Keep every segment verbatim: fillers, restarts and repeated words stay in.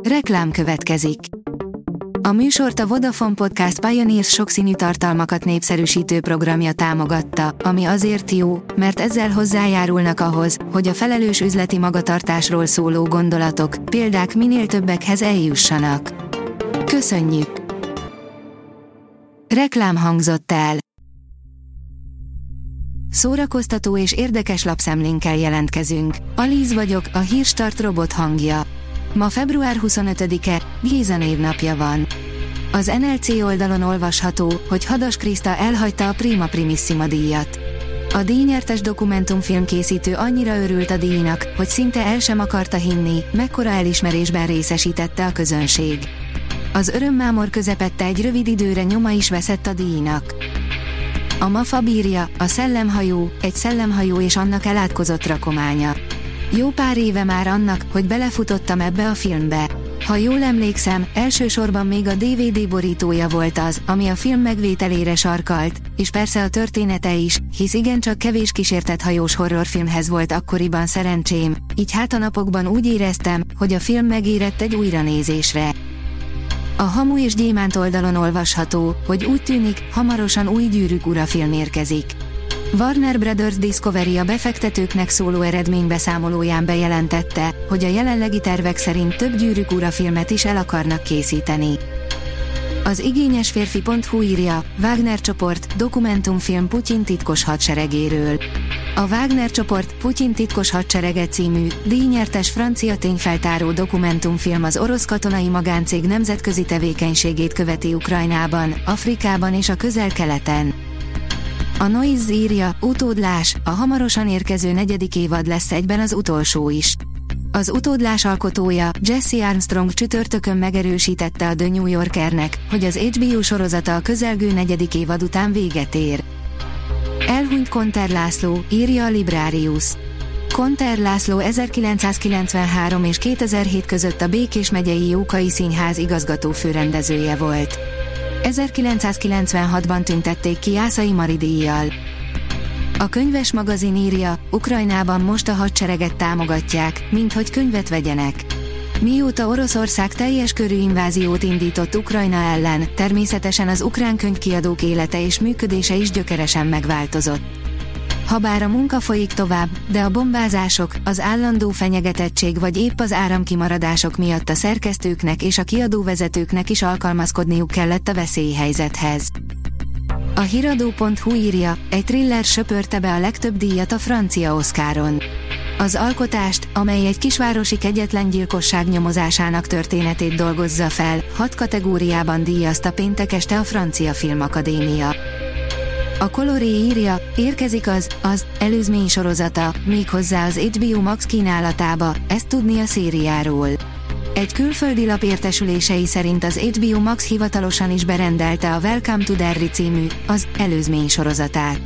Reklám következik. A műsort a Vodafone Podcast Pioneers sokszínű tartalmakat népszerűsítő programja támogatta, ami azért jó, mert ezzel hozzájárulnak ahhoz, hogy a felelős üzleti magatartásról szóló gondolatok, példák minél többekhez eljussanak. Köszönjük! Reklám hangzott el. Szórakoztató és érdekes lapszemlénkkel jelentkezünk. Alíz vagyok, a Hírstart robot hangja. Ma február huszonötödike, Géza névnapja van. Az en el cé oldalon olvasható, hogy Hadas Kriszta elhagyta a Prima Primissima díjat. A díjnyertes dokumentumfilm készítő annyira örült a díjnak, hogy szinte el sem akarta hinni, mekkora elismerésben részesítette a közönség. Az örömmámor közepette egy rövid időre nyoma is veszett a díjnak. A MAFA bírja, a Szellemhajó, egy szellemhajó és annak elátkozott rakománya. Jó pár éve már annak, hogy belefutottam ebbe a filmbe. Ha jól emlékszem, elsősorban még a dé vé dé borítója volt az, ami a film megvételére sarkalt, és persze a története is, hisz igencsak kevés kísértett hajós horrorfilmhez volt akkoriban szerencsém, így hát a napokban úgy éreztem, hogy a film megérett egy újranézésre. A Hamu és Gyémánt oldalon olvasható, hogy úgy tűnik, hamarosan új Gyűrűk ura film érkezik. Warner Brothers Discovery a befektetőknek szóló eredménybeszámolóján bejelentette, hogy a jelenlegi tervek szerint több Gyűrűk ura filmet is el akarnak készíteni. Az igényes férfi pont hu írja, Wagner csoport, dokumentumfilm Putyin titkos hadseregéről. A Wagner csoport, Putyin titkos hadserege című, díjnyertes francia tényfeltáró dokumentumfilm az orosz katonai magáncég nemzetközi tevékenységét követi Ukrajnában, Afrikában és a Közel-Keleten. A Noise írja, utódlás, a hamarosan érkező negyedik évad lesz egyben az utolsó is. Az utódlás alkotója, Jesse Armstrong csütörtökön megerősítette a The New Yorkernek, hogy az há bé o sorozata a közelgő negyedik évad után véget ér. Elhunyt Konter László, írja a Librarius. Konter László ezerkilencszázkilencvenhárom és kétezer-hét között a Békés megyei Jókai Színház igazgató főrendezője volt. ezerkilencszázkilencvenhatban tüntették ki Jászai Mari díjjal. A Könyves magazin írja, Ukrajnában most a hadsereget támogatják, minthogy könyvet vegyenek. Mióta Oroszország teljes körű inváziót indított Ukrajna ellen, természetesen az ukrán könyvkiadók élete és működése is gyökeresen megváltozott. Habár a munka folyik tovább, de a bombázások, az állandó fenyegetettség vagy épp az áramkimaradások miatt a szerkesztőknek és a kiadóvezetőknek is alkalmazkodniuk kellett a veszélyhelyzethez. A hiradó pont hu írja, egy thriller söpörte be a legtöbb díjat a francia Oscaron. Az alkotást, amely egy kisvárosi kegyetlen gyilkosság nyomozásának történetét dolgozza fel, hat kategóriában díjazta péntek este a Francia Filmakadémia. A Coloré írja, érkezik az, az, előzmény sorozata, méghozzá az há bé o Max kínálatába, ezt tudni a szériáról. Egy külföldi lap értesülései szerint az há bé o Max hivatalosan is berendelte a Welcome to Derry című, az, előzmény sorozatát.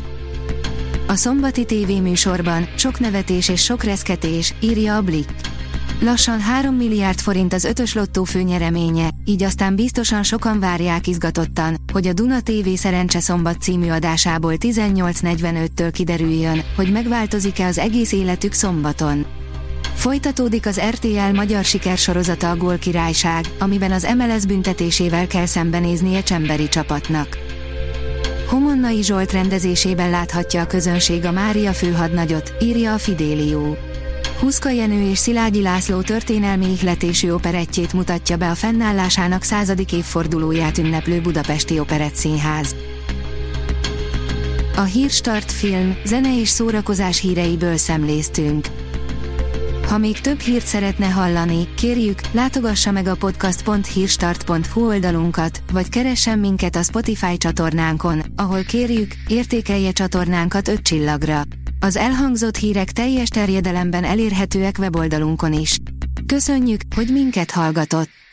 A szombati tévéműsorban, sok nevetés és sok reszketés, írja a Blick. Lassan három milliárd forint az ötös lottó főnyereménye, így aztán biztosan sokan várják izgatottan, hogy a Duna té vé Szerencse Szombat című adásából tizennyolc negyvenöttől kiderüljön, hogy megváltozik-e az egész életük szombaton. Folytatódik az er té el magyar sikersorozata a Gólkirályság, amiben az em el es büntetésével kell szembenéznie Csemberi csapatnak. Homonnai Zsolt rendezésében láthatja a közönség a Mária főhadnagyot, írja a Fidelio. Huszka Jenő és Szilágyi László történelmi ihletésű operettjét mutatja be a fennállásának századik évfordulóját ünneplő Budapesti Operettszínház. A Hírstart film, zene és szórakozás híreiből szemléztünk. Ha még több hírt szeretne hallani, kérjük, látogassa meg a podcast pont hírstart pont hu oldalunkat, vagy keressen minket a Spotify csatornánkon, ahol kérjük, értékelje csatornánkat öt csillagra. Az elhangzott hírek teljes terjedelemben elérhetőek weboldalunkon is. Köszönjük, hogy minket hallgatott!